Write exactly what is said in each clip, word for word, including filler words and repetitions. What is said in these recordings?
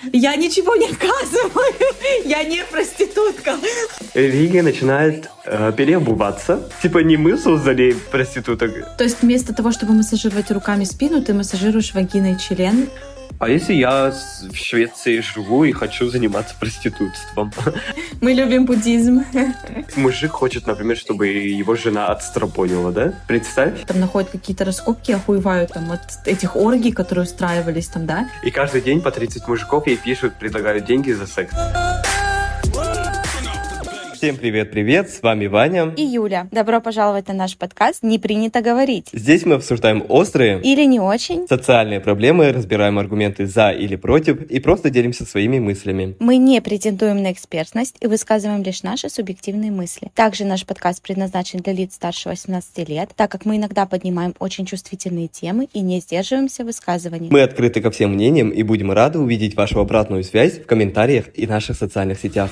Я ничего не вказываю, я не проститутка. Рига начинает э, переобуваться. Типа не мы создали проституток. То есть вместо того, чтобы массажировать руками спину, ты массажируешь вагиной член. А если я в Швеции живу и хочу заниматься проститутством? Мы любим буддизм. Мужик хочет, например, чтобы его жена отстропонила, да? Представь. Там находят какие-то раскопки, охуевают там от этих оргий, которые устраивались там, да? И каждый день по тридцать мужиков ей пишут, предлагают деньги за секс. Всем привет-привет, с вами Ваня и Юля. Добро пожаловать на наш подкаст «Не принято говорить». Здесь мы обсуждаем острые или не очень социальные проблемы, разбираем аргументы за или против и просто делимся своими мыслями. Мы не претендуем на экспертность и высказываем лишь наши субъективные мысли. Также наш подкаст предназначен для лиц старше восемнадцати лет, так как мы иногда поднимаем очень чувствительные темы и не сдерживаемся в высказывании. Мы открыты ко всем мнениям и будем рады увидеть вашу обратную связь в комментариях и наших социальных сетях.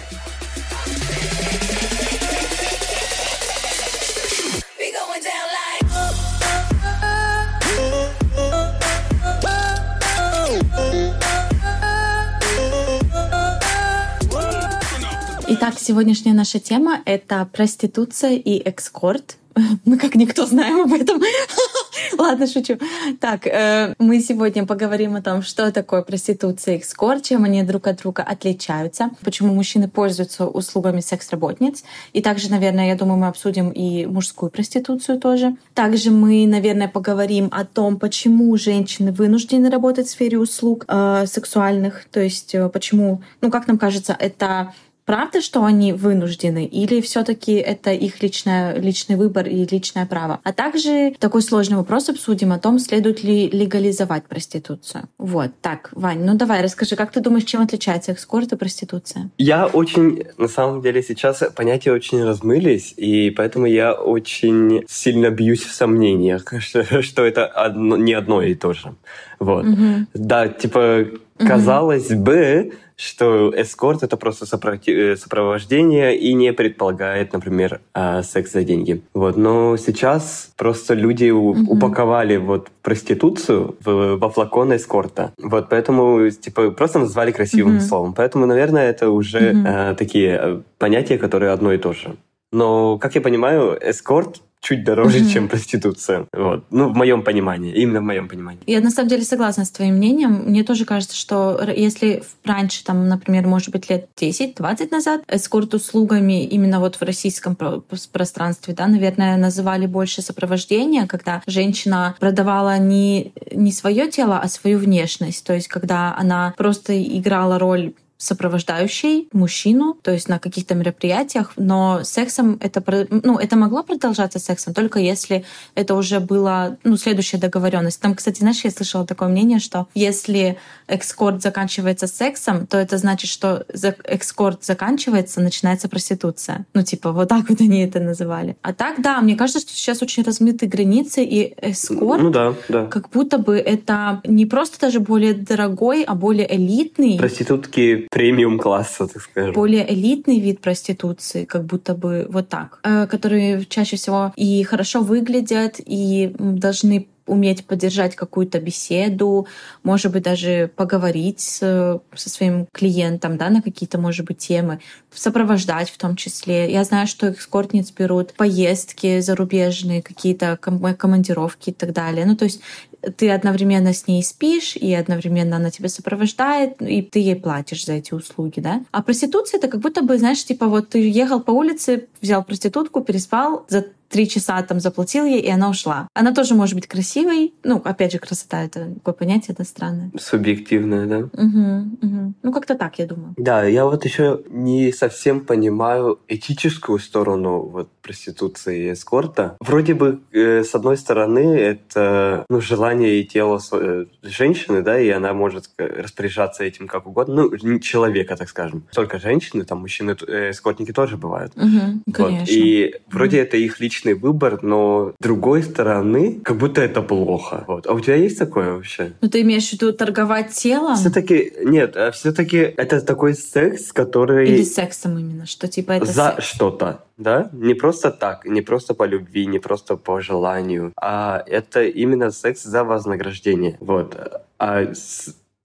Итак, сегодняшняя наша тема — это проституция и эскорт. Мы как никто знаем об этом. Ладно, шучу. Так, э, мы сегодня поговорим о том, что такое проституция и эскорт, чем они друг от друга отличаются, почему мужчины пользуются услугами секс-работниц. И также, наверное, я думаю, мы обсудим и мужскую проституцию тоже. Также мы, наверное, поговорим о том, почему женщины вынуждены работать в сфере услуг э, сексуальных. То есть э, почему, ну, как нам кажется, это... Правда, что они вынуждены, или все-таки это их личное, личный выбор и личное право? А также такой сложный вопрос обсудим о том, следует ли легализовать проституцию. Вот, так, Вань, ну давай, расскажи, как ты думаешь, чем отличается эскорт и проституция? Я очень, на самом деле, сейчас понятия очень размылись, и поэтому я очень сильно бьюсь в сомнениях, что, что это одно, не одно и то же. Вот. Угу. Да, типа, казалось угу. бы, что эскорт — это просто сопровождение и не предполагает, например, секс за деньги. Вот. Но сейчас просто люди mm-hmm. упаковали вот проституцию в, во флакон эскорта. Вот, поэтому типа просто назвали красивым mm-hmm. словом. Поэтому, наверное, это уже mm-hmm. э, такие понятия, которые одно и то же. Но, как я понимаю, эскорт чуть дороже, mm-hmm. чем проституция. Вот. Ну, в моем понимании. Именно в моем понимании. Я на самом деле согласна с твоим мнением. Мне тоже кажется, что если раньше, там, например, может быть, лет десять-двадцать назад эскорт-услугами именно вот в российском пространстве, да, наверное, называли больше сопровождение, когда женщина продавала не, не свое тело, а свою внешность. То есть, когда она просто играла роль сопровождающей мужчину, то есть на каких-то мероприятиях, но сексом это, ну, это могло продолжаться сексом, только если это уже была, ну, следующая договоренность. Там, кстати, знаешь, я слышала такое мнение, что если эскорт заканчивается сексом, то это значит, что эскорт заканчивается, начинается проституция. Ну, типа, вот так вот они это называли. А так, да, мне кажется, что сейчас очень размыты границы, и эскорт, ну, да, да. как будто бы это не просто даже более дорогой, а более элитный. Проститутки премиум-класса, так скажем. Более элитный вид проституции, как будто бы вот так, которые чаще всего и хорошо выглядят, и должны уметь поддержать какую-то беседу, может быть, даже поговорить с, со своим клиентом, да, на какие-то, может быть, темы, сопровождать в том числе. Я знаю, что эскортниц берут поездки зарубежные, какие-то ком- командировки и так далее. Ну, то есть ты одновременно с ней спишь, и одновременно она тебя сопровождает, и ты ей платишь за эти услуги, да. А проституция — это как будто бы, знаешь, типа вот ты ехал по улице, взял проститутку, переспал, за три часа там заплатил ей, и она ушла. Она тоже может быть красивой. Ну, опять же, красота — это такое понятие, это странное. Субъективное, да? Угу, угу. Ну, как-то так, я думаю. Да, я вот еще не совсем понимаю этическую сторону вот проституции и эскорта. Вроде бы, э, с одной стороны, это, ну, желание и тело э, женщины, да, и она может распоряжаться этим как угодно. Ну, человека, так скажем. Только женщины, там мужчины, э, эскортники тоже бывают. Угу, конечно. Вот. И вроде угу. это их личный выбор, но с другой стороны, как будто это плохо. Вот. А у тебя есть такое вообще? Ну, ты имеешь в виду торговать телом? Все-таки нет, а все-таки это такой секс, который... Или сексом именно, что типа это за секс. что-то, да? Не просто так, не просто по любви, не просто по желанию, а это именно секс за вознаграждение. Вот. А с...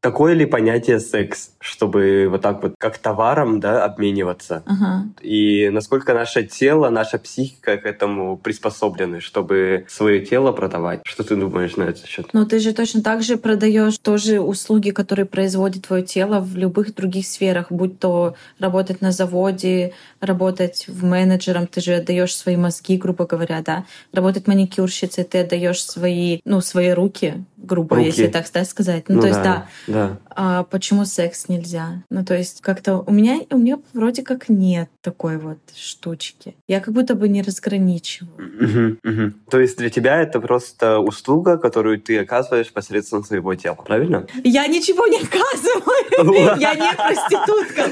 такое ли понятие секс, чтобы вот так вот как товаром, да, обмениваться? Ага. И насколько наше тело, наша психика к этому приспособлены, чтобы свое тело продавать? Что ты думаешь на этот счет? Но ты же точно так же продаешь тоже услуги, которые производит твое тело в любых других сферах, будь то работать на заводе, работать в менеджером, ты же отдаешь свои мозги, грубо говоря, да, работать маникюрщицей, ты отдаешь свои, ну, свои руки, грубо, Руки. если так сказать. Ну, Ну то есть, да, да. да. А почему секс нельзя? Ну, то есть, как-то у меня, у меня вроде как нет такой вот штучки. Я как будто бы не разграничиваю. Мгм, мгм. То есть для тебя это просто услуга, которую ты оказываешь посредством своего тела, правильно? Я ничего не оказываю. Я не проститутка.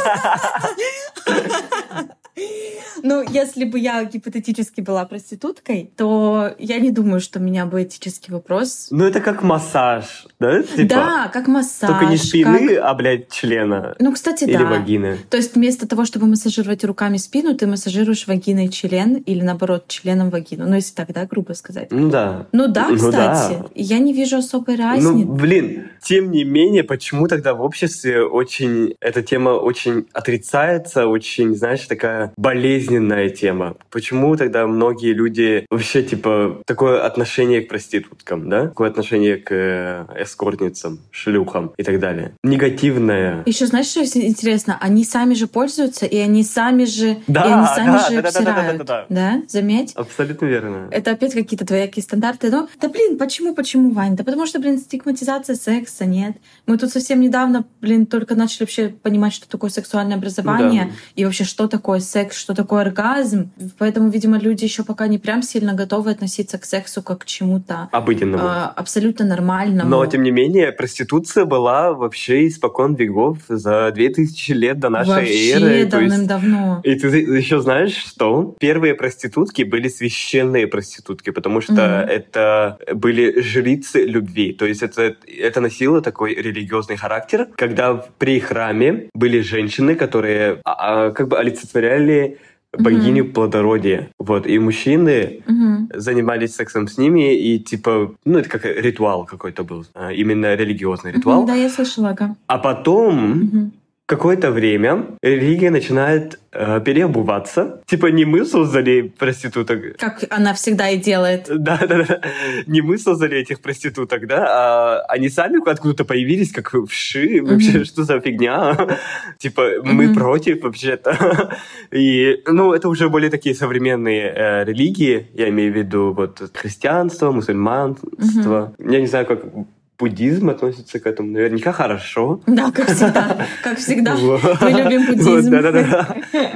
Ну, если бы я гипотетически была проституткой, то я не думаю, что меня бы этический вопрос... Ну, это как массаж, да? Типа, Да, как массаж. только не спины, как- а, блядь, члена. Ну, кстати, Или да. вагины. То есть вместо того, чтобы массажировать руками спину, ты массажируешь вагиной член или, наоборот, членом вагину. Ну, если так, да, грубо сказать. Ну да. Ну да, Ну кстати. да. Я не вижу особой Ну, разницы. блин, тем не менее, почему тогда в обществе очень эта тема очень отрицается, очень, знаешь, такая болезненная тема? Почему тогда многие люди вообще, типа, такое отношение к проституткам, да? Такое отношение к э, эскортницам, шлюхам и так далее? Негативное. Еще знаешь, что интересно? Они сами же пользуются, и они сами же, Да, и они сами да, же да, да, да, да, обсирают. да, да, Да? Заметь? Абсолютно верно. Это опять какие-то двоякие стандарты. Ну, да блин, почему, почему, Вань? Да потому что, блин, стигматизация секса, нет. Мы тут совсем недавно, блин, только начали вообще понимать, что такое сексуальное образование, Да. и вообще, что такое секс, что такое оргазм. Поэтому, видимо, люди еще пока не прям сильно готовы относиться к сексу как к чему-то Обыденному. э, абсолютно нормальному. Но, тем не менее, проституция была вообще испокон веков за две тысячи лет до нашей Вообще эры. То есть- давным-давно. И ты еще знаешь, что первые проститутки были священные проститутки, потому что Мгм. это были жрицы любви. То есть это, это носило такой религиозный характер, когда при храме были женщины, которые а, а, как бы олицетворяли богиню плодородия. Вот. И мужчины Мгм. занимались сексом с ними, и типа, ну, это как ритуал какой-то был, а, именно религиозный ритуал. Мгм, да, я слышала, ага. А потом Мгм. какое-то время религия начинает э, переобуваться. Типа не мы создали проституток. Как она всегда и делает. Да, да, да. Не мы создали этих проституток, да, а они сами откуда-то появились, как вши. Вообще, Мгм. что за фигня? Типа, мы Мгм. против вообще-то. И, ну, это уже более такие современные э, религии. Я имею в виду вот христианство, мусульманство. Я не знаю, как буддизм относится к этому. Наверняка хорошо. Да, как всегда. Как всегда. Вот. Мы любим Вот, буддизм. да-да-да.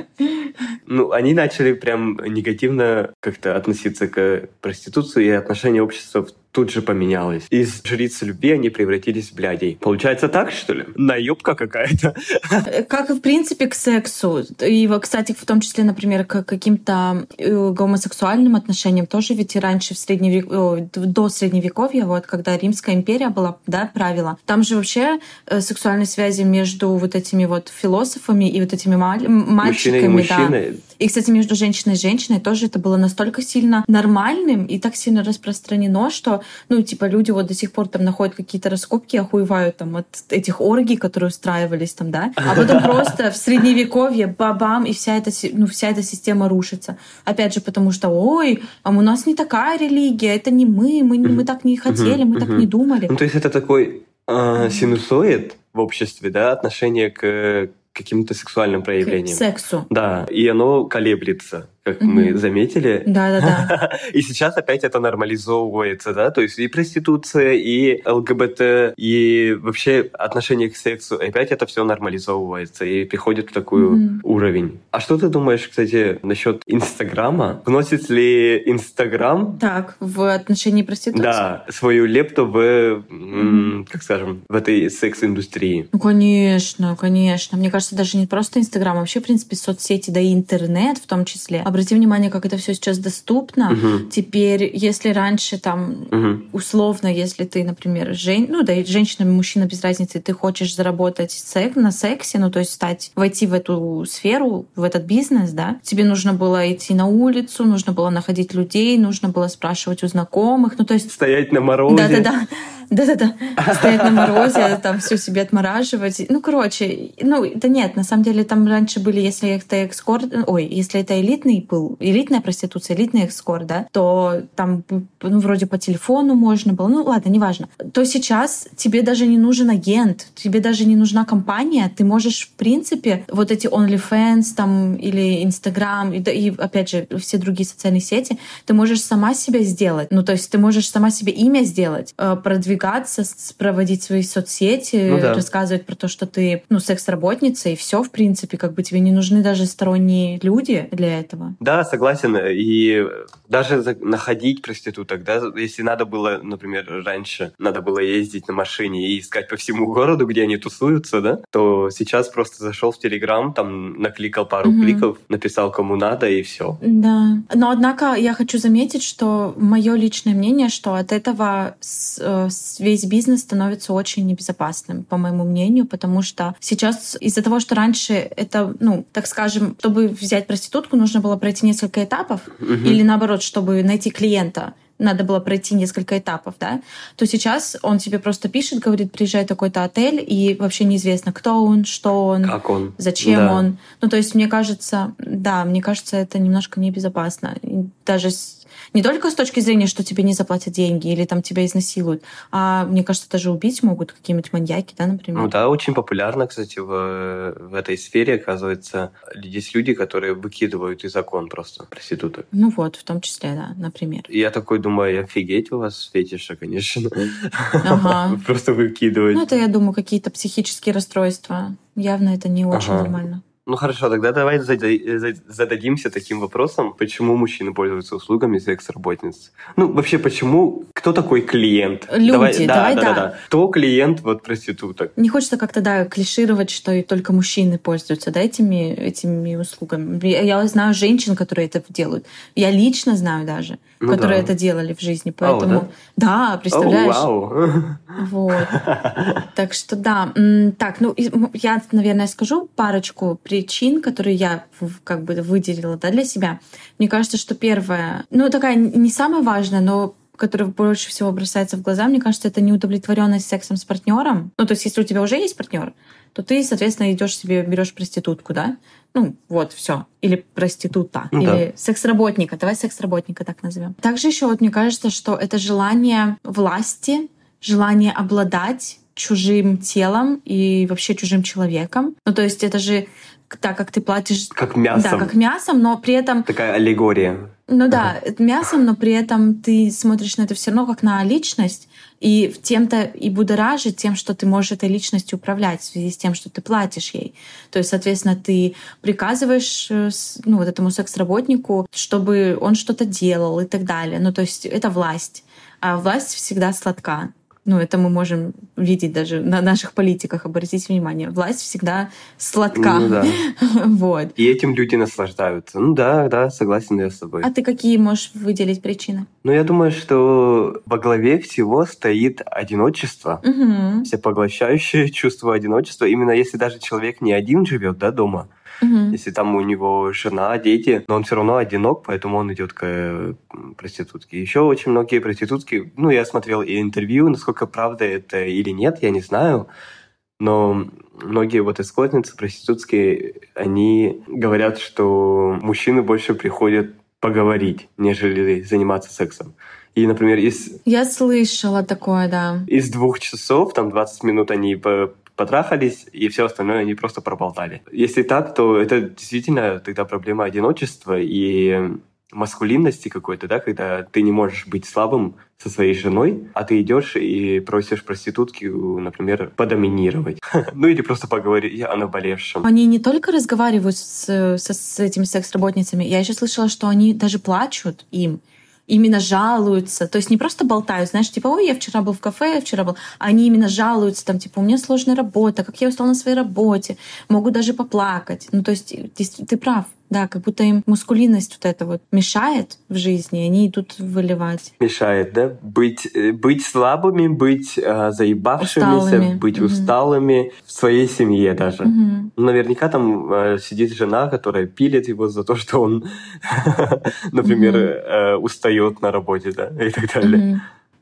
Ну, они начали прям негативно как-то относиться к проституции, и отношение общества тут же поменялось. Из жриц любви они превратились в блядей. Получается так, что ли? Наебка какая-то. Как и в принципе к сексу. И, вот, кстати, в том числе, например, к каким-то э, гомосексуальным отношениям тоже ведь и раньше, в средневек... о, до Средневековья, вот, когда Римская империя была, да, правила, там же вообще э, сексуальные связи между вот этими вот философами и вот этими маль- мальчиками, Мужчина и да. мужчина. И, кстати, между женщиной и женщиной тоже это было настолько сильно нормальным и так сильно распространено, что, ну, типа, люди вот до сих пор там находят какие-то раскопки, охуевают там от этих оргий, которые устраивались там, да. А потом просто в Средневековье бабам, и вся эта, си- ну, вся эта система рушится. Опять же, потому что, ой, а у нас не такая религия, это не мы, мы, не- мы так не хотели, мы так не думали. Ну, то есть это такой э, синусоид в обществе, да, отношение к каким-то сексуальным К проявлениям. сексу. Да, и оно колеблется, как Мгм. мы заметили. Да-да-да. И сейчас опять это нормализовывается, да, то есть и проституция, и ЛГБТ, и вообще отношение к сексу, и опять это все нормализовывается и приходит в такой Мгм. уровень. А что ты думаешь, кстати, насчет Инстаграма? Вносит ли Инстаграм, Так, в отношении проституции? да, свою лепту в, м, как скажем, в этой секс-индустрии? Ну, конечно, конечно. Мне кажется, даже не просто Инстаграм, а вообще, в принципе, соцсети, да и интернет в том числе. Обрати внимание, как это все сейчас доступно. Мгм. Теперь, если раньше там Мгм. условно, если ты, например, жен... ну да, и женщина, мужчина без разницы, ты хочешь заработать сек... на сексе, ну то есть стать, войти в эту сферу, в этот бизнес, да, тебе нужно было идти на улицу, нужно было находить людей, нужно было спрашивать у знакомых, ну то есть Стоять на морозе. да-да-да. Да-да-да. Стоять на морозе, там все себе отмораживать. Ну, короче, ну, да нет, на самом деле там раньше были, если это эскорт, ой, если это элитный был, элитная проституция, элитный эскорт, да, то там, ну, вроде по телефону можно было, ну, ладно, неважно. То сейчас тебе даже не нужен агент, тебе даже не нужна компания, ты можешь, в принципе, вот эти OnlyFans там или Instagram, и, и опять же, все другие социальные сети, ты можешь сама себя сделать. Ну, то есть ты можешь сама себе имя сделать, продвигаться, проводить свои соцсети, ну, да. рассказывать про то, что ты, ну, секс-работница, и все, в принципе, как бы тебе не нужны даже сторонние люди для этого. Да, согласен. И даже находить проституток, да, если надо было, например, раньше надо было ездить на машине и искать по всему городу, где они тусуются, да, то сейчас просто зашел в Телеграм, там накликал пару угу. кликов, написал кому надо, и все. Да. Но, однако, я хочу заметить, что мое личное мнение, что от этого весь бизнес становится очень небезопасным, по моему мнению, потому что сейчас из-за того, что раньше это, ну, так скажем, чтобы взять проститутку, нужно было пройти несколько этапов, угу. или наоборот, чтобы найти клиента, надо было пройти несколько этапов, да, то сейчас он тебе просто пишет, говорит, приезжай в такой-то отель, и вообще неизвестно, кто он, что он, как он, зачем да. он. Ну, то есть, мне кажется, да, мне кажется, это немножко небезопасно. Даже с, не только с точки зрения, что тебе не заплатят деньги или там тебя изнасилуют, а, мне кажется, даже убить могут какие-нибудь маньяки, да, например. Ну да, очень популярно, кстати, в, в этой сфере, оказывается, есть люди, которые выкидывают из окон просто проституток. Ну вот, в том числе, да, например. И я такой думаю, офигеть у вас фетиша, конечно. Ага. Просто выкидывать. Ну это, я думаю, какие-то психические расстройства. Явно это не очень ага. нормально. Ну хорошо, тогда давай зададимся таким вопросом, почему мужчины пользуются услугами секс-работниц. Ну вообще, почему, кто такой клиент? Люди, давай, давай да, да. да. Кто клиент вот проституток? Не хочется как-то, да, клишировать, что и только мужчины пользуются, да, этими, этими услугами. Я знаю женщин, которые это делают. Я лично знаю даже, ну, которые да. это делали в жизни, поэтому... О, да? да, представляешь? О, вау. Вот. Так что да. Так, ну я, наверное, скажу парочку причин, которые я как бы выделила, да, для себя. Мне кажется, что первое, ну такая не самая важная, но которая больше всего бросается в глаза, мне кажется, это неудовлетворенность сексом с партнером. Ну, то есть, если у тебя уже есть партнер, то ты, соответственно, идешь себе, берешь проститутку, да? Ну, вот, все. Или проститута, ну, или да. секс-работника. Давай секс-работника так назовем. Также еще вот мне кажется, что это желание власти, желание обладать чужим телом и вообще чужим человеком. Ну, то есть это же так, как ты платишь... Как мясом. Да, как мясом, но при этом... Такая аллегория. Ну да, uh-huh. мясом, но при этом ты смотришь на это все равно как на личность, и тем-то и будоражит тем, что ты можешь этой личностью управлять в связи с тем, что ты платишь ей. То есть, соответственно, ты приказываешь, ну, вот этому секс-работнику, чтобы он что-то делал и так далее. Ну, то есть это власть. А власть всегда сладка. Ну, это мы можем видеть даже на наших политиках, обратите внимание. Власть всегда сладка. Ну, да. Вот. И этим люди наслаждаются. Ну да, да, согласен я с тобой. А ты какие можешь выделить причины? Ну, я думаю, что во главе всего стоит одиночество. Угу. Всепоглощающее чувство одиночества. Именно если даже человек не один живет, да, дома, угу. если там у него жена, дети, но он все равно одинок, поэтому он идет к проститутке. Еще очень многие проститутки, ну, я смотрел и интервью, насколько правда это или нет, я не знаю, но многие вот эскортницы проститутские, они говорят, что мужчины больше приходят поговорить, нежели заниматься сексом. И, например, из... Я слышала такое, да. Из двух часов, там, двадцать минут они по потрахались, и все остальное они просто проболтали. Если так, то это действительно тогда проблема одиночества и маскулинности какой-то, да, когда ты не можешь быть слабым со своей женой, а ты идешь и просишь проститутки, например, подоминировать. Ну или просто поговорить о наболевшем. Они не только разговаривают с, с, с этими секс-работницами, я еще слышала, что они даже плачут им. Именно жалуются. То есть не просто болтают, знаешь, типа, ой, я вчера был в кафе, я вчера был. Они именно жалуются, там, типа, у меня сложная работа, как я устала на своей работе. Могут даже поплакать. Ну, то есть ты, ты прав. Да, как будто им мускулинность вот эта вот мешает в жизни, и они идут выливать. Мешает, да? Быть, быть слабыми, быть э, заебавшимися, усталыми. быть угу. усталыми в своей семье даже. Угу. Наверняка там э, сидит жена, которая пилит его за то, что он, например, устает на работе, да, и так далее.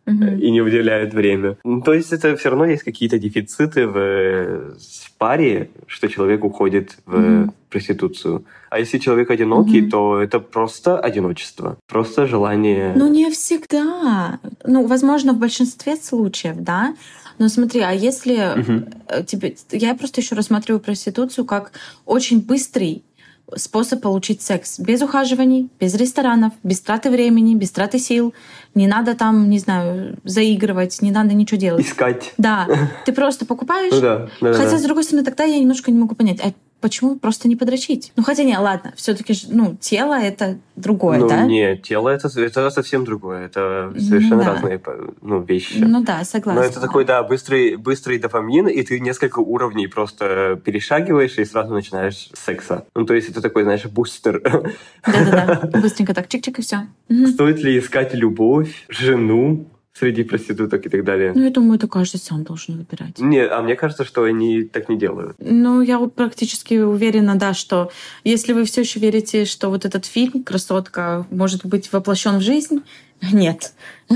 Мгм. и не уделяют время. Ну, то есть это все равно есть какие-то дефициты в, э, в паре, что человек уходит в Мгм. проституцию. А если человек одинокий, Мгм. то это просто одиночество, просто желание... Ну, не всегда. Ну, возможно, в большинстве случаев, да. Но смотри, а если Мгм. э, тебе... Я просто еще рассматриваю проституцию как очень быстрый способ получить секс. Без ухаживаний, без ресторанов, без траты времени, без траты сил. Не надо там, не знаю, заигрывать, не надо ничего делать. Искать. Да, ты просто покупаешь. Ну да, да, да, Хотя, да. с другой стороны, тогда я немножко не могу понять, а почему просто не подрочить? Ну, хотя не, ладно, все-таки ну, тело — это другое, Ну, да? нет, тело это, это совсем другое. Это Ну совершенно да. разные ну, вещи. Ну да, Но согласна. это такой, да, быстрый, быстрый дофамин, и ты несколько уровней просто перешагиваешь и сразу начинаешь с секса. Ну, то есть это такой, знаешь, бустер. Да-да-да, быстренько так, чик-чик, и все. Стоит ли искать любовь, жену среди проституток и так далее? Ну, я думаю, это каждый сам должен выбирать. Нет, а мне кажется, что они так не делают. Ну, я вот практически уверена, да, что если вы все еще верите, что вот этот фильм «Красотка» может быть воплощен в жизнь, нет.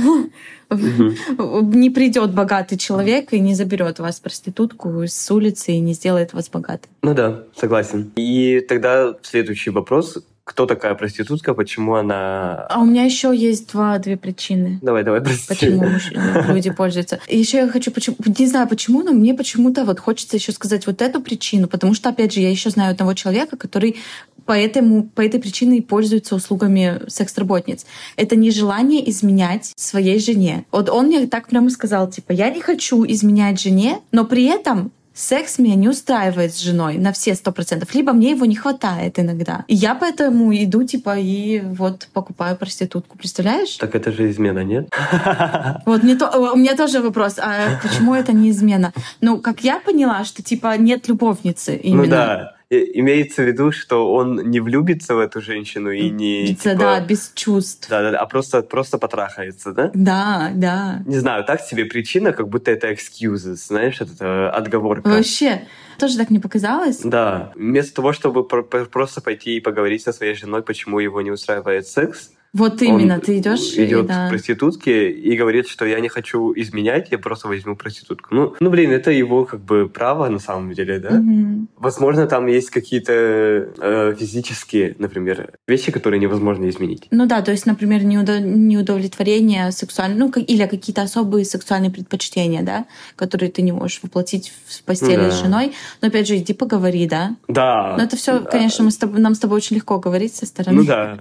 Не придет богатый человек и не заберет вас проститутку с улицы и не сделает вас богатой. Ну да, согласен. И тогда следующий вопрос. Кто такая проститутка, почему она... А у меня еще есть два, две причины. Давай, давай, прости. Почему мужчины- люди пользуются. И еще я хочу, почему, не знаю почему, но мне почему-то вот хочется еще сказать вот эту причину, потому что, опять же, я еще знаю одного человека, который по, этому, по этой причине и пользуется услугами секс-работниц. Это нежелание изменять своей жене. Вот он мне так прямо сказал, типа, я не хочу изменять жене, но при этом секс меня не устраивает с женой на все сто процентов. Либо мне его не хватает иногда. И я поэтому иду, типа, и вот покупаю проститутку. Представляешь? Так это же измена, нет? Вот мне то, у меня тоже вопрос, а почему это не измена? Ну, как я поняла, что, типа, нет любовницы именно. Ну да. И- Имеется в виду, что он не влюбится в эту женщину и не... Ц- типа, Да, без чувств. да, да, да, а просто, просто потрахается, да? Да, да. Не знаю, так себе причина, как будто это excuses, знаешь, это э, отговорка. Вообще, тоже так не показалось? Да. Вместо того, чтобы про- про- просто пойти и поговорить со своей женой, почему его не устраивает секс, Вот именно, он ты идешь и идет да. к проститутке и говорит, что я не хочу изменять, я просто возьму проститутку. Ну, ну, блин, это его как бы право на самом деле, да? Мгм. Возможно, там есть какие-то э, физические, например, вещи, которые невозможно изменить. Ну да, то есть, например, неудо- неудовлетворение сексуальное, ну, ка- или какие-то особые сексуальные предпочтения, да, которые ты не можешь воплотить в постели Ну да. с женой. Но опять же, иди поговори, да. Да. Но это все, Да. конечно, мы с тобой, нам с тобой очень легко говорить со стороны. Ну да.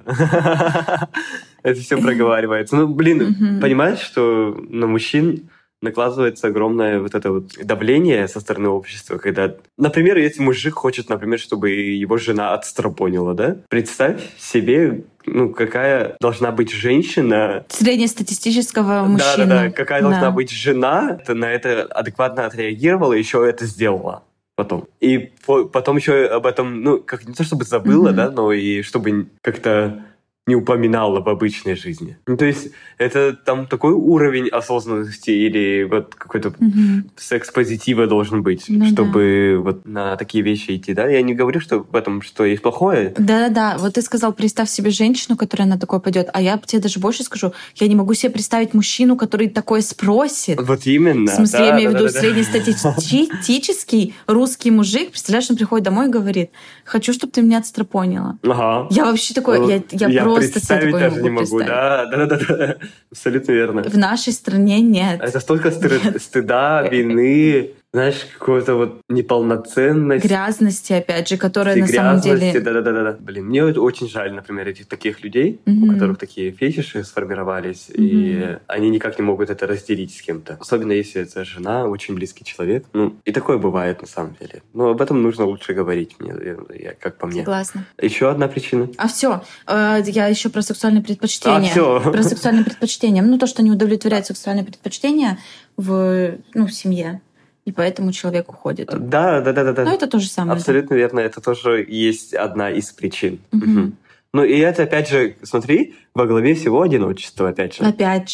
Это все проговаривается. Ну, блин, Мгм. понимаешь, что на мужчин накладывается огромное вот это вот давление со стороны общества, когда, например, если мужик хочет, например, чтобы его жена отстропонила, да? Представь себе, ну, какая должна быть женщина, Среднестатистического мужчины. да-да-да, какая должна Да. быть жена, то на это адекватно отреагировала, еще это сделала потом. И по- потом еще об этом, ну, как не то чтобы забыла, Мгм. да, но и чтобы как-то не упоминала в обычной жизни. Ну, то есть это там такой уровень осознанности или вот какой-то Мгм. секс-позитива должен быть, Ну чтобы вот на такие вещи идти, да? Я не говорю, что в этом что есть плохое. Да-да-да, вот ты сказал, представь себе женщину, которая на такое пойдет, а я тебе даже больше скажу, я не могу себе представить мужчину, который такое спросит. Вот именно. В смысле, да, я имею в да, виду да, да. среднестатистический русский мужик, представляешь, он приходит домой и говорит, хочу, чтобы ты меня отстропонила. Ага. Я вообще такой, я, я, просто себе представить такое даже не не могу могу. представить. Да, да, да, да, да. Абсолютно верно. В нашей стране нет. Это столько стыр- стыда, вины, знаешь, какого-то вот неполноценности. Грязности, опять же, которая и на самом грязности, деле... да-да-да-да. Блин, мне вот очень жаль, например, этих таких людей, у Мгм. которых такие фетиши сформировались, и Мгм. они никак не могут это разделить с кем-то. Особенно если это жена, очень близкий человек. Ну, и такое бывает на самом деле. Но об этом нужно лучше говорить, мне, я- как по мне. Согласна. Еще одна причина. А все, я еще про сексуальные предпочтения. А, всё. Про сексуальные предпочтения. Ну, то, что не удовлетворяет сексуальные предпочтения в, ну, в семье. И поэтому человек уходит. Да, да, да, да, да. Ну, это то же самое. да. Абсолютно верно. Это тоже есть одна из причин. Мгм. Мгм. Ну и это, опять же, смотри, во главе всего одиночество, опять же. Опять же.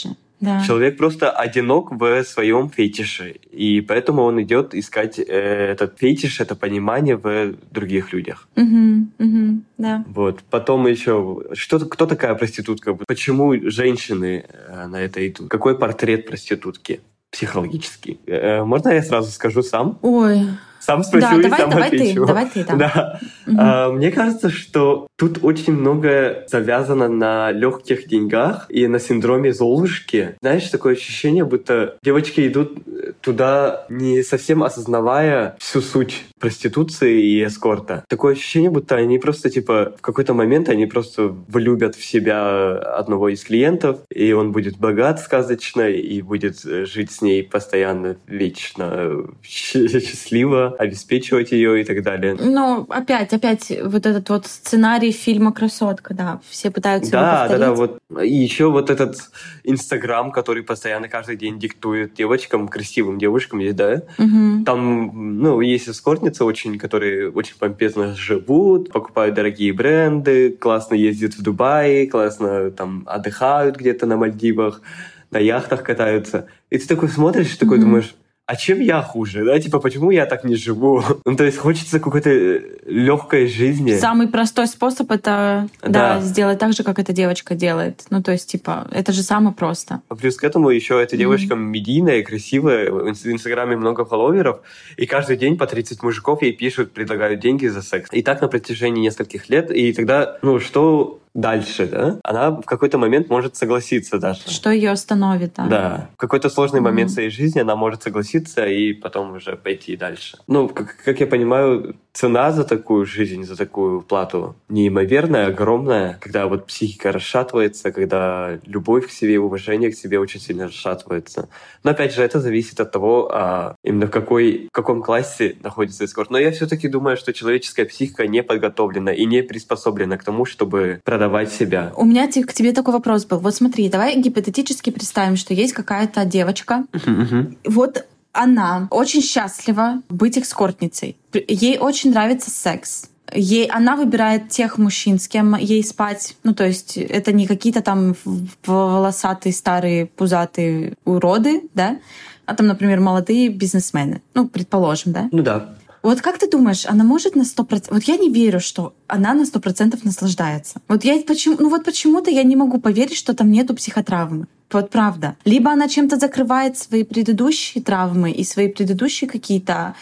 Да. Человек просто одинок в своем фетише, и поэтому он идет искать э, этот фетиш, это понимание в других людях. Угу, угу, да. Вот. Потом еще, что, кто такая проститутка? Почему женщины э, на это идут? Какой портрет проститутки психологический? Э, можно я сразу скажу сам? Ой... Сам спросил да, и давай, сам давай отвечу. Ты, давай ты, да. да. Угу. А, мне кажется, что тут очень много завязано на легких деньгах и на синдроме Золушки. Знаешь, такое ощущение, будто девочки идут туда, не совсем осознавая всю суть проституции и эскорта. Такое ощущение, будто они просто, типа, в какой-то момент они просто влюбят в себя одного из клиентов, и он будет богат сказочно, и будет жить с ней постоянно, вечно счастливо, обеспечивать ее и так далее. Ну, опять, опять вот этот вот сценарий фильма «Красотка», да, все пытаются да, его повторить. Да, да, вот. И еще вот этот Инстаграм, который постоянно каждый день диктует девочкам, красивым девушкам, да, угу. Там, ну, есть эскортницы очень, которые очень помпезно живут, покупают дорогие бренды, классно ездят в Дубай, классно там отдыхают где-то на Мальдивах, на яхтах катаются. И ты такой смотришь, такой угу. думаешь, а чем я хуже, да, типа, почему я так не живу? Ну, то есть хочется какой-то легкой жизни. Самый простой способ — это, да. да, сделать так же, как эта девочка делает. Ну, то есть, типа, это же самое просто. А плюс к этому еще эта девочка mm-hmm. медийная, красивая, в Инстаграме много фолловеров, и каждый день по тридцать мужиков ей пишут, предлагают деньги за секс. И так на протяжении нескольких лет, и тогда, ну, что... дальше, да, она в какой-то момент может согласиться даже. Что ее остановит, да. Да. В какой-то сложный mm-hmm. момент своей жизни она может согласиться и потом уже пойти дальше. Ну, как, как я понимаю, цена за такую жизнь, за такую плату неимоверная, огромная, когда вот психика расшатывается, когда любовь к себе, уважение к себе очень сильно расшатывается. Но опять же, это зависит от того, а, именно в, какой, в каком классе находится эскорт. Но я все-таки думаю, что человеческая психика не подготовлена и не приспособлена к тому, чтобы продавать себя. У меня к тебе такой вопрос был. Вот смотри, давай гипотетически представим, что есть какая-то девочка. Uh-huh. Вот она очень счастлива быть эскортницей. Ей очень нравится секс. Ей, она выбирает тех мужчин, с кем ей спать. Ну, то есть это не какие-то там волосатые, старые, пузатые уроды, да? А там, например, молодые бизнесмены. Ну, предположим, да? Ну да. Вот как ты думаешь, она может на сто процентов... Вот я не верю, что она на сто процентов наслаждается. Вот я почему... Ну вот почему-то я не могу поверить, что там нету психотравмы. Вот правда. Либо она чем-то закрывает свои предыдущие травмы и свои предыдущие какие-то,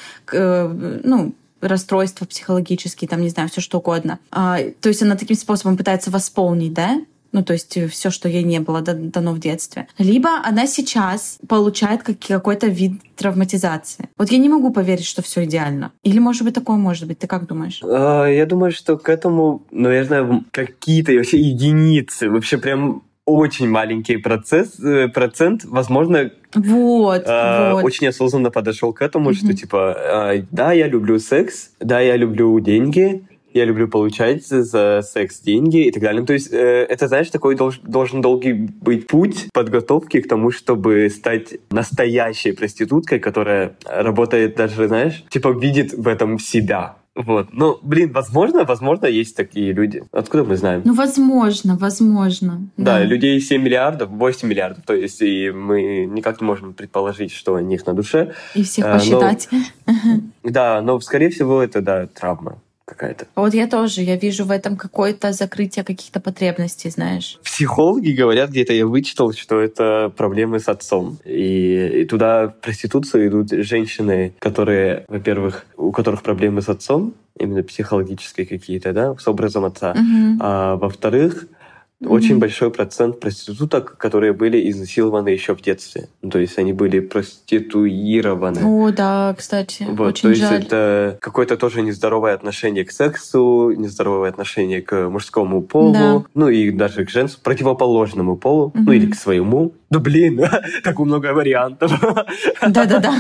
э, ну, расстройства психологические, там, не знаю, все что угодно. А, то есть она таким способом пытается восполнить, да? Ну, то есть все, что ей не было дано в детстве. Либо она сейчас получает какой-то вид травматизации. Вот я не могу поверить, что все идеально. Или, может быть, такое может быть. Ты как думаешь? Я думаю, что к этому, наверное, какие-то вообще единицы, вообще прям очень маленький процесс, процент, возможно, вот, э, вот. очень осознанно подошел к этому, Mm-hmm. что типа, э, да, я люблю секс, да, я люблю деньги, я люблю получать за секс деньги и так далее. Ну, то есть э, это, знаешь, такой долж, должен долгий быть путь подготовки к тому, чтобы стать настоящей проституткой, которая работает даже, знаешь, типа видит в этом себя. Вот. Ну, блин, возможно, возможно, есть такие люди. Откуда мы знаем? Ну, возможно, возможно. Да, да. людей семь миллиардов, восемь миллиардов. То есть и мы никак не можем предположить, что у них на душе. И всех а, посчитать. Но, да, но, скорее всего, это, да, травма какая-то. Вот я тоже, я вижу в этом какое-то закрытие каких-то потребностей, знаешь. Психологи говорят, где-то я вычитал, что это проблемы с отцом. И, и туда в проституцию идут женщины, которые, во-первых, у которых проблемы с отцом, именно психологические какие-то, да, с образом отца. Uh-huh. А во-вторых, Mm-hmm. очень большой процент проституток, которые были изнасилованы еще в детстве. Ну, то есть они были проституированы. О, да, кстати, вот, очень то есть жаль. это какое-то тоже нездоровое отношение к сексу, нездоровое отношение к мужскому полу, да. ну и даже к женскому, противоположному полу, Mm-hmm. ну или к своему. Да блин, так много вариантов. Да-да-да.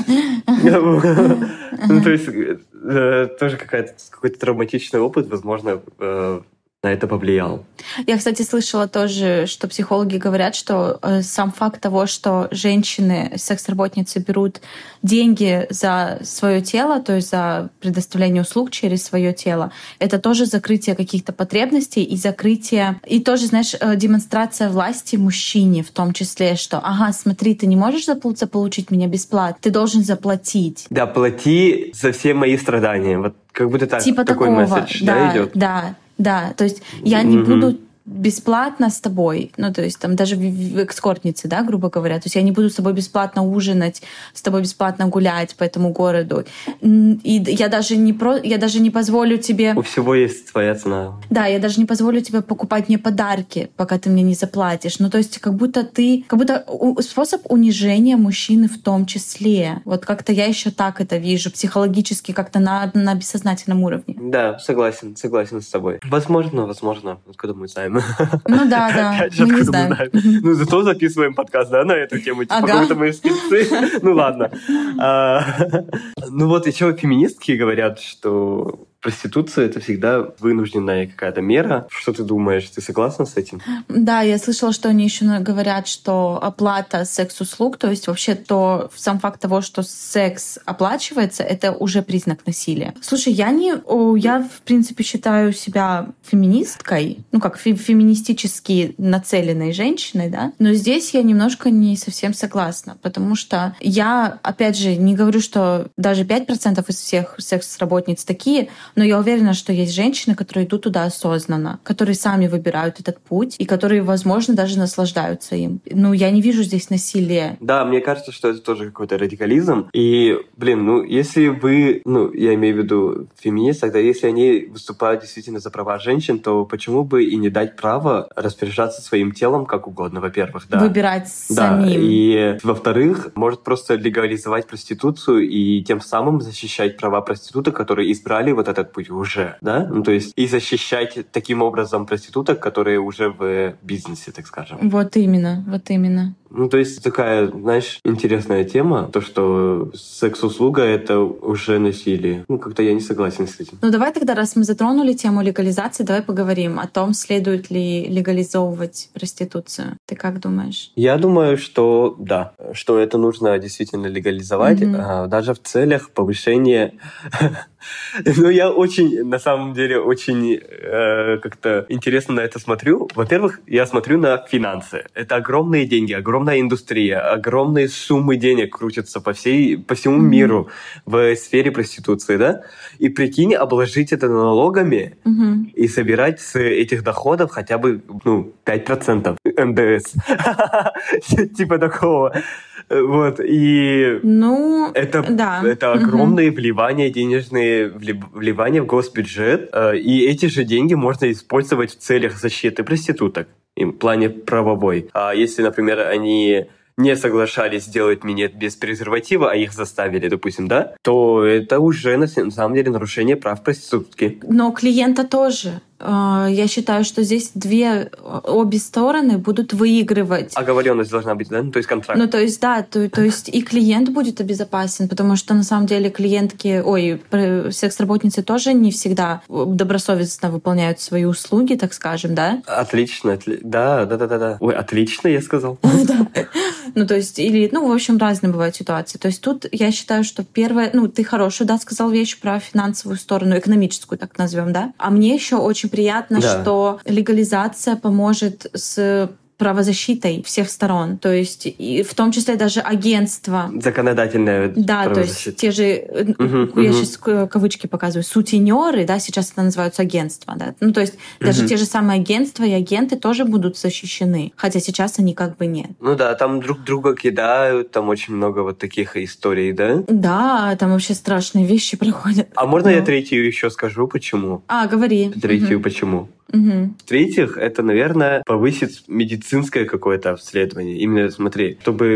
Ну, то есть тоже какой-то травматичный опыт, возможно, на это повлиял. Я, кстати, слышала тоже, что психологи говорят, что э, сам факт того, что женщины, секс-работницы берут деньги за свое тело, то есть за предоставление услуг через свое тело, это тоже закрытие каких-то потребностей и закрытие, и тоже, знаешь, э, демонстрация власти мужчине в том числе, что, ага, смотри, ты не можешь заполучить меня бесплатно, ты должен заплатить. Да, плати за все мои страдания. Вот как будто так, типа такой такого, месседж, да, да, идет. Да, да, то есть я не Мгм. буду бесплатно с тобой, ну, то есть там даже в, в эскортнице, да, грубо говоря, то есть я не буду с тобой бесплатно ужинать, с тобой бесплатно гулять по этому городу, и я даже не, про, я даже не позволю тебе... У всего есть своя цена. Да, я даже не позволю тебе покупать мне подарки, пока ты мне не заплатишь. Ну, то есть как будто ты... Как будто способ унижения мужчины в том числе. Вот как-то я еще так это вижу, психологически, как-то на, на бессознательном уровне. Да, согласен, согласен с тобой. Возможно, возможно, откуда мы знаем. Ну да, да, Опять же, мы не откуда мы знаем. знаем. Ну, зато записываем подкаст, да, на эту тему. Типа, Ага. как будто мы спецы. Ну, ладно. А, Ну, вот еще феминистки говорят, что проституция — это всегда вынужденная какая-то мера. Что ты думаешь? Ты согласна с этим? Да, я слышала, что они еще говорят, что оплата секс-услуг, то есть вообще то сам факт того, что секс оплачивается, это уже признак насилия. Слушай, я не, о, я в принципе считаю себя феминисткой, ну как фе- феминистически нацеленной женщиной, да, но здесь я немножко не совсем согласна, потому что я, опять же, не говорю, что даже пять процентов из всех секс-работниц такие, но я уверена, что есть женщины, которые идут туда осознанно, которые сами выбирают этот путь и которые, возможно, даже наслаждаются им. Ну, я не вижу здесь насилия. Да, мне кажется, что это тоже какой-то радикализм. И, блин, ну, если вы, ну, я имею в виду феминист, тогда если они выступают действительно за права женщин, то почему бы и не дать право распоряжаться своим телом как угодно, во-первых, да. Выбирать Да, самим. и, во-вторых, может просто легализовать проституцию и тем самым защищать права проституток, которые избрали вот этот путь уже, да? Ну, то есть и защищать таким образом проституток, которые уже в бизнесе, так скажем. Вот именно, вот именно. Ну, то есть такая, знаешь, интересная тема, то, что секс-услуга — это уже насилие. Ну, как-то я не согласен с этим. Ну, давай тогда, раз мы затронули тему легализации, давай поговорим о том, следует ли легализовывать проституцию. Ты как думаешь? Я думаю, что да, что это нужно действительно легализовать, Мгм. а, даже в целях повышения... Ну, я очень, на самом деле, очень э, как-то интересно на это смотрю. Во-первых, я смотрю на финансы. Это огромные деньги, огромная индустрия, огромные суммы денег крутятся по, всей, по всему Мгм. миру в сфере проституции, да? И прикинь, обложить это налогами Мгм. и собирать с этих доходов хотя бы, ну, пять процентов эн дэ эс. Типа такого. Вот, и... Ну, Это, да. это Мгм. огромные вливания, денежные вли- вливания в госбюджет, э, и эти же деньги можно использовать в целях защиты проституток, и в плане правовой. А если, например, они не соглашались сделать минет без презерватива, а их заставили, допустим, да, то это уже на с- на самом деле нарушение прав проститутки. Но клиента тоже. Э, Я считаю, что здесь две, обе стороны будут выигрывать. Оговоренность должна быть, да? Ну, то есть контракт. Ну, то есть, да, то, то есть и клиент будет обезопасен, потому что на самом деле клиентки, ой, пр- секс-работницы тоже не всегда добросовестно выполняют свои услуги, так скажем, да? Отлично, отли- да, да, да, да, да. Ой, отлично, я сказал. Ну, то есть, или, ну, в общем, разные бывают ситуации. То есть тут я считаю, что первое, ну, ты хорошую, да, сказал вещь про финансовую сторону, экономическую, так назовем, да? А мне еще очень приятно, Да. что легализация поможет с правозащитой всех сторон. То есть, и в том числе даже агентства. Законодательная Да, то есть правозащита. те же, э, Мгм, я мгм. сейчас кавычки показываю, сутенеры, да, сейчас это называются агентства, да. Ну, то есть даже Мгм. те же самые агентства и агенты тоже будут защищены, хотя сейчас они как бы нет. Ну да, там друг друга кидают, там очень много вот таких историй, да? Да, там вообще страшные вещи проходят. А можно я Ну. третью еще скажу, почему? А, говори. Третью Мгм. почему? Мгм. В-третьих, это, наверное, повысит медицинское какое-то обследование. Именно, смотри, чтобы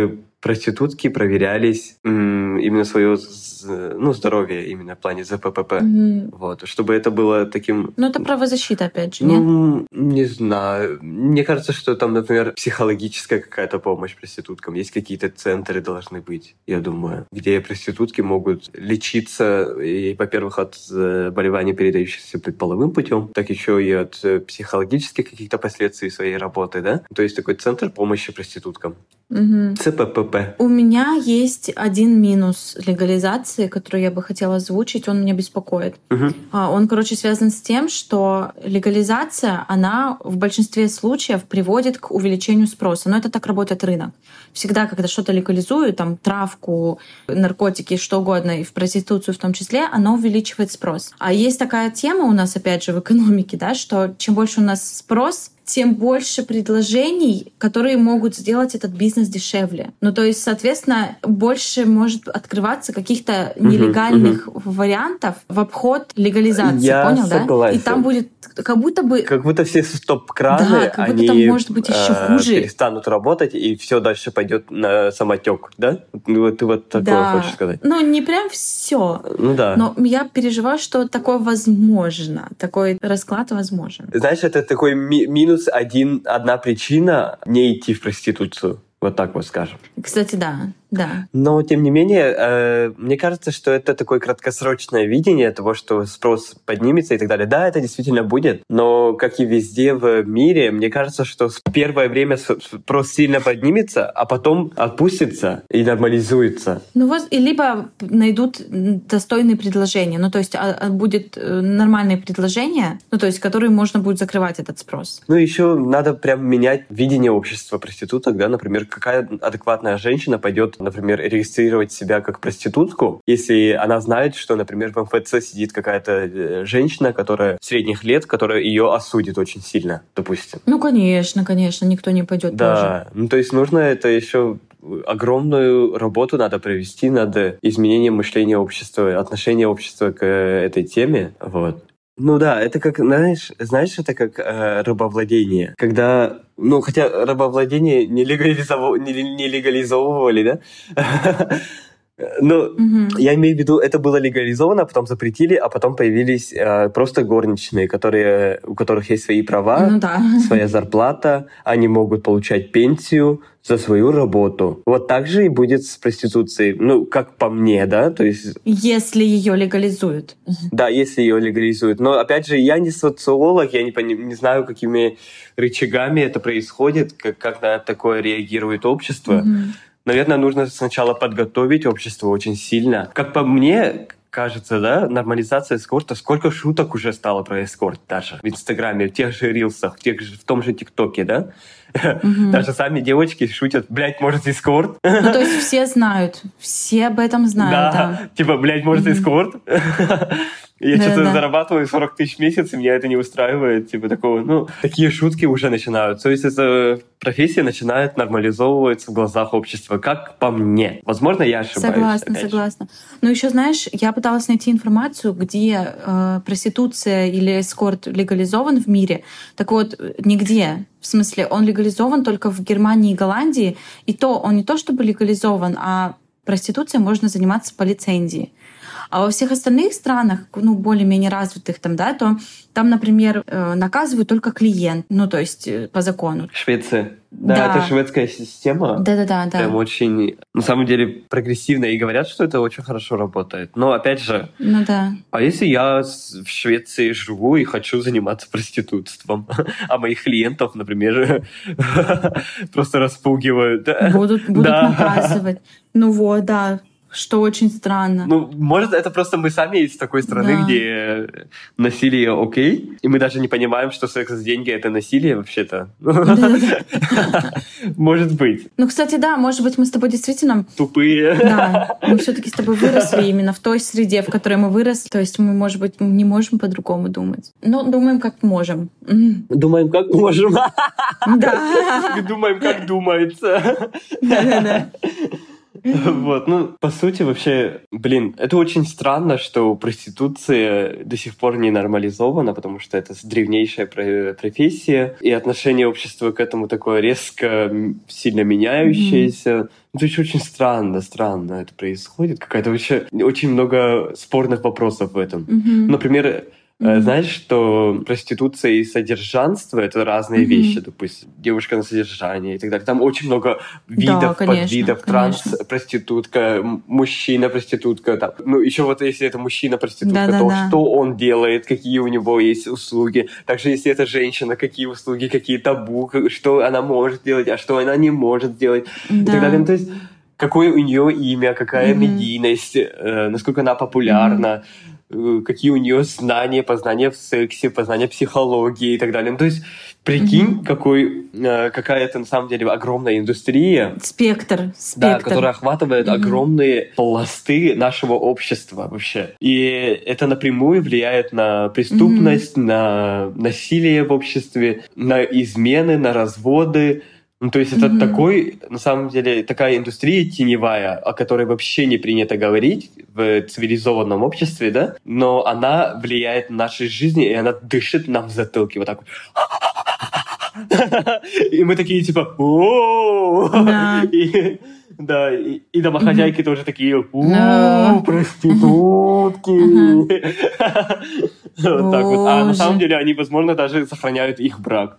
проститутки проверялись м, именно свое ну, здоровье именно в плане ЗППП. Mm-hmm. Вот, чтобы это было таким... Ну, это правозащита, опять же, нет? Ну, не знаю. Мне кажется, что там, например, психологическая какая-то помощь проституткам. Есть какие-то центры должны быть, я думаю, где проститутки могут лечиться, и, во-первых, от заболеваний, передающихся половым путем, так еще и от психологических каких-то последствий своей работы, да? То есть такой центр помощи проституткам. Угу. ЦППП. У меня есть один минус легализации, который я бы хотела озвучить, он меня беспокоит. Угу. Он, короче, связан с тем, что легализация, она в большинстве случаев приводит к увеличению спроса. Но это так работает рынок. Всегда, когда что-то легализуют, там, травку, наркотики, что угодно, и в проституцию в том числе, оно увеличивает спрос. А есть такая тема у нас, опять же, в экономике, да, что чем больше у нас спрос, тем больше предложений, которые могут сделать этот бизнес дешевле. Ну, то есть, соответственно, больше может открываться каких-то нелегальных uh-huh, uh-huh. вариантов в обход легализации, Я понял, согласен. да? И там будет как будто бы... Как будто все стоп-краны, да, как будто они там может быть еще хуже. перестанут работать, и все дальше пойдет на самотек, да? Вот ты вот такое да. хочешь сказать? Ну, не прям все. Ну да. Но я переживаю, что такое возможно. Такой расклад возможен. Знаешь, это такой ми- минус один, одна причина не идти в проституцию. Вот так вот скажем. Кстати, да. Да. Но, тем не менее, э, мне кажется, что это такое краткосрочное видение того, что спрос поднимется и так далее. Да, это действительно будет, но, как и везде в мире, мне кажется, что в первое время спрос сильно поднимется, а потом отпустится и нормализуется. Ну вот, и либо найдут достойные предложения, ну то есть будет нормальное предложение, ну то есть, которые можно будет закрывать этот спрос. Ну еще надо прям менять видение общества проституток, да, например, какая адекватная женщина пойдет, например, регистрировать себя как проститутку, если она знает, что, например, в эм эф цэ сидит какая-то женщина, которая средних лет, которая ее осудит очень сильно, допустим. Ну, конечно, конечно, никто не пойдет. Да, тоже. Ну то есть нужно это еще огромную работу надо провести над изменением мышления общества, отношения общества к этой теме, вот. Ну да, это как, знаешь, знаешь, это как э, рабовладение. Когда, ну, хотя рабовладение не, легализов... не, не легализовывали, да? Ну, угу. я имею в виду, это было легализовано, а потом запретили, а потом появились э, просто горничные, которые, у которых есть свои права, ну, да. своя зарплата, они могут получать пенсию за свою работу. Вот так же и будет с проституцией. Ну, как по мне, да? То есть... Если ее легализуют. Да, если ее легализуют. Но, опять же, я не социолог, я не, не знаю, какими рычагами это происходит, как, как на такое реагирует общество. Угу. Наверное, нужно сначала подготовить общество очень сильно. Как по мне, кажется, да, нормализация эскорта, сколько шуток уже стало про эскорт даже в Инстаграме, в тех же рилсах, в, тех же, в том же ТикТоке, да? Mm-hmm. Даже сами девочки шутят, блядь, может, эскорт? Ну, то есть все знают, все об этом знают. Да, да. типа, блядь, может, mm-hmm. эскорт? Я да, что-то да. зарабатываю сорок тысяч в месяц, и меня это не устраивает. Типа такого, ну, такие шутки уже начинают. То есть эта профессия начинает нормализовываться в глазах общества, как по мне. Возможно, я ошибаюсь. Согласна, согласна. Но еще, знаешь, я пыталась найти информацию, где э, проституция или эскорт легализован в мире. Так вот, нигде. В смысле, он легализован только в Германии и Голландии. И то он не то чтобы легализован, а проституцией можно заниматься по лицензии. А во всех остальных странах, ну, более-менее развитых там, да, то там, например, наказывают только клиент, ну, то есть по закону. Швеция. Да, да. это шведская система. Да-да-да. Прям да. очень, на самом деле, прогрессивная. И говорят, что это очень хорошо работает. Но, опять же, ну, да. а если я в Швеции живу и хочу заниматься проститутством, а моих клиентов, например, просто распугивают? Будут, будут наказывать. Ну вот, да. Что очень странно. Ну, может, это просто мы сами из такой страны, да. где насилие окей, и мы даже не понимаем, что секс за деньги — это насилие вообще-то. Может быть. Ну, кстати, да, может быть, мы с тобой действительно... Тупые. Да, мы все-таки с тобой выросли именно в той среде, в которой мы выросли. То есть мы, может быть, не можем по-другому думать. Но думаем, как можем. Думаем, как можем. Да. Думаем, как думается. Да-да-да. Вот, ну, по сути, вообще, блин, это очень странно, что проституция до сих пор не нормализована, потому что это древнейшая профессия, и отношение общества к этому такое резко, сильно меняющееся. Mm-hmm. Это очень, очень странно, странно это происходит. Какая-то вообще очень много спорных вопросов в этом. Mm-hmm. Например, Mm-hmm. знаешь, что проституция и содержанство — это разные mm-hmm. вещи, допустим, девушка на содержании и так далее. Там очень много видов, да, конечно, подвидов, транс-проститутка, мужчина-проститутка. Там. Ну, еще вот если это мужчина-проститутка, да, то да, что да. он делает, какие у него есть услуги. Также если это женщина, какие услуги, какие табу, что она может делать, а что она не может делать да. и так далее. Ну, то есть какое у нее имя, какая mm-hmm. медийность, э, насколько она популярна. Mm-hmm. какие у нее знания, познания в сексе, познания психологии и так далее. Ну, то есть, прикинь, mm-hmm. какой, э, какая это на самом деле огромная индустрия. Спектр. Спектр. Да, которая охватывает mm-hmm. огромные пласты нашего общества вообще. И это напрямую влияет на преступность, mm-hmm. на насилие в обществе, на измены, на разводы. Ну, то есть это mm-hmm. такой, на самом деле, такая индустрия теневая, о которой вообще не принято говорить в цивилизованном обществе, да, но она влияет на наши жизни, и она дышит нам в затылке вот так вот. И мы такие типа «О-о-о!» Да, и, и домохозяйки mm-hmm. тоже такие «У-у-у, проститутки!» Вот так вот. А на самом деле они, возможно, даже сохраняют их брак.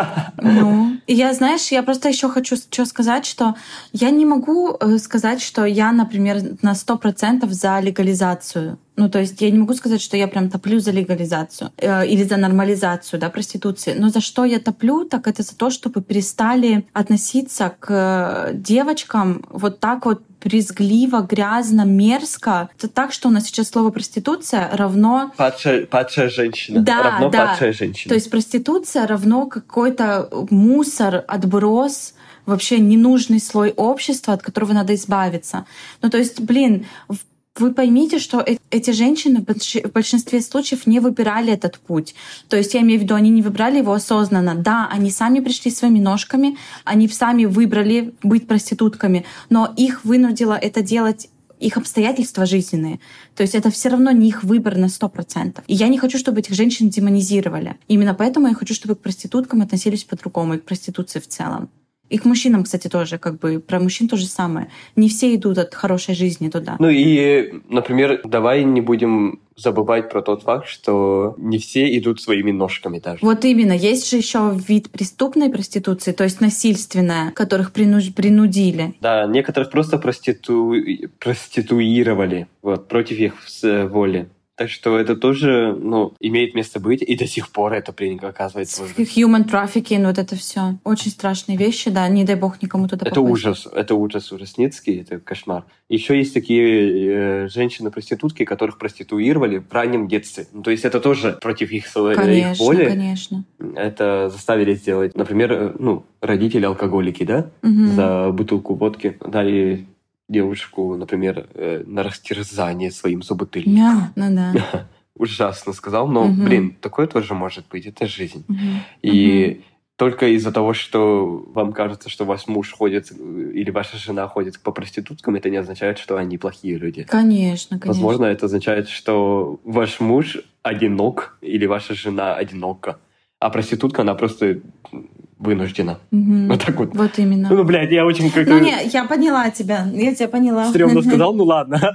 Ну, я, знаешь, я просто еще хочу что сказать, что я не могу сказать, что я, например, на сто процентов за легализацию. Ну, то есть я не могу сказать, что я прям топлю за легализацию э, или за нормализацию, да, проституции. Но за что я топлю, так это за то, чтобы перестали относиться к девочкам вот так вот брезгливо, грязно, мерзко. Это так, что у нас сейчас слово проституция равно... Падшая, падшая женщина. Да, равно да. падшая женщина. То есть проституция равно какой-то мусор, отброс, вообще ненужный слой общества, от которого надо избавиться. Ну, то есть, блин, вы поймите, что эти женщины в большинстве случаев не выбирали этот путь. То есть я имею в виду, они не выбрали его осознанно. Да, они сами пришли своими ножками, они сами выбрали быть проститутками, но их вынудило это делать их обстоятельства жизненные. То есть это все равно не их выбор на сто процентов. И я не хочу, чтобы этих женщин демонизировали. Именно поэтому я хочу, чтобы к проституткам относились по-другому, и к проституции в целом. И к мужчинам, кстати, тоже, как бы, про мужчин то же самое. Не все идут от хорошей жизни туда. Ну и, например, давай не будем забывать про тот факт, что не все идут своими ножками даже. Вот именно. Есть же еще вид преступной проституции, то есть насильственная, которых принуж... принудили. Да, некоторых просто проститу... проституировали вот, против их воли. Так что это тоже, ну, имеет место быть, и до сих пор это принято, оказывается. Human trafficking, вот это все. Очень страшные вещи, да, не дай бог никому туда попасть. Это ужас, это ужас ужасницкий, это кошмар. Еще есть такие э, женщины-проститутки, которых проституировали в раннем детстве. Ну, то есть это тоже против их, конечно, их воли. Конечно, это заставили сделать. Например, ну, родители-алкоголики, да, угу. за бутылку водки дали девушку, например, э, на растерзание своим собутыльником. Yeah, ну да. Ужасно сказал, но, uh-huh. блин, такое тоже может быть, это жизнь. Uh-huh. И uh-huh. только из-за того, что вам кажется, что ваш муж ходит или ваша жена ходит по проституткам, это не означает, что они плохие люди. Конечно, конечно. Возможно, это означает, что ваш муж одинок или ваша жена одинока, а проститутка, она просто вынуждена. Угу. Вот так вот. Вот именно. Ну, блядь, я очень как-то... Ну, не, я поняла тебя. Я тебя поняла. Стрёмно сказал, ну ладно.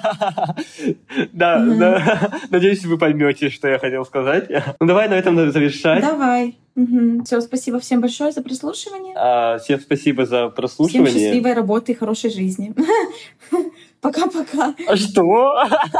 Да, да. Надеюсь, вы поймете, что я хотел сказать. Ну, давай на этом завершать. Давай. Все, спасибо всем большое за прослушивание. Всем спасибо за прослушивание. Всем счастливой работы и хорошей жизни. Пока-пока. А что?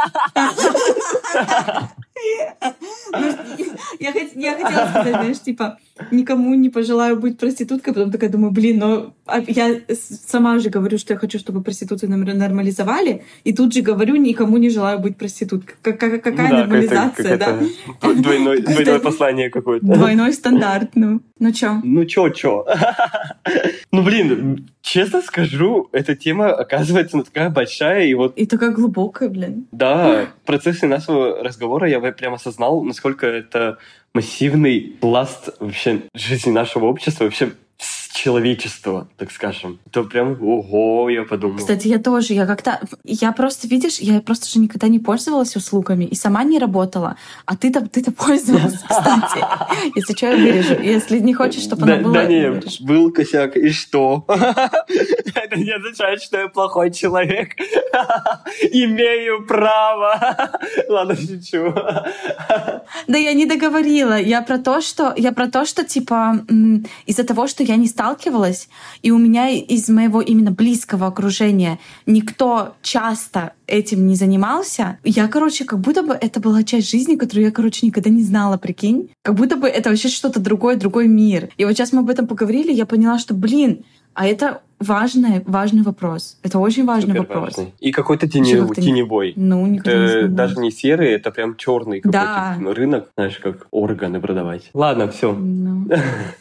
Я, хот... я хотела сказать, знаешь, типа, никому не пожелаю быть проституткой, потом такая думаю, блин, но я сама же говорю, что я хочу, чтобы проституцию нормализовали, и тут же говорю, никому не желаю быть проституткой. Какая ну, да, нормализация, да? Двойное, двойное послание какое-то. Двойной стандарт, ну. Ну чё? Ну чё, чё? Ну, блин, честно скажу, эта тема, оказывается, ну, такая большая, и вот... И такая глубокая, блин. Да, в процессе нашего разговора я прям осознал, насколько это массивный пласт вообще жизни нашего общества, вообще с человечества, так скажем. То прям, ого, я подумал. Кстати, я тоже, я как-то, я просто, видишь, я просто же никогда не пользовалась услугами и сама не работала, а ты-то, ты-то пользовалась, кстати. Если что, я вырежу. Если не хочешь, чтобы она была, да, я не, вырежу. был косяк, и что? Это не означает, что я плохой человек. Имею право. Ладно, шучу. Да я не договорила. Я про то, что, я про то, что типа из-за того, что я не сталкивалась, и у меня из моего именно близкого окружения никто часто этим не занимался, я, короче, как будто бы это была часть жизни, которую я, короче, никогда не знала, прикинь. Как будто бы это вообще что-то другое, другой мир. И вот сейчас мы об этом поговорили, я поняла, что, блин, а это важный, важный вопрос. Это очень важный Супер вопрос. важный. И какой-то теневой. теневой. Ну, никто не знает. Даже не серый, это прям черный какой-то Да. рынок, знаешь, как органы продавать. Ладно, все. Ну.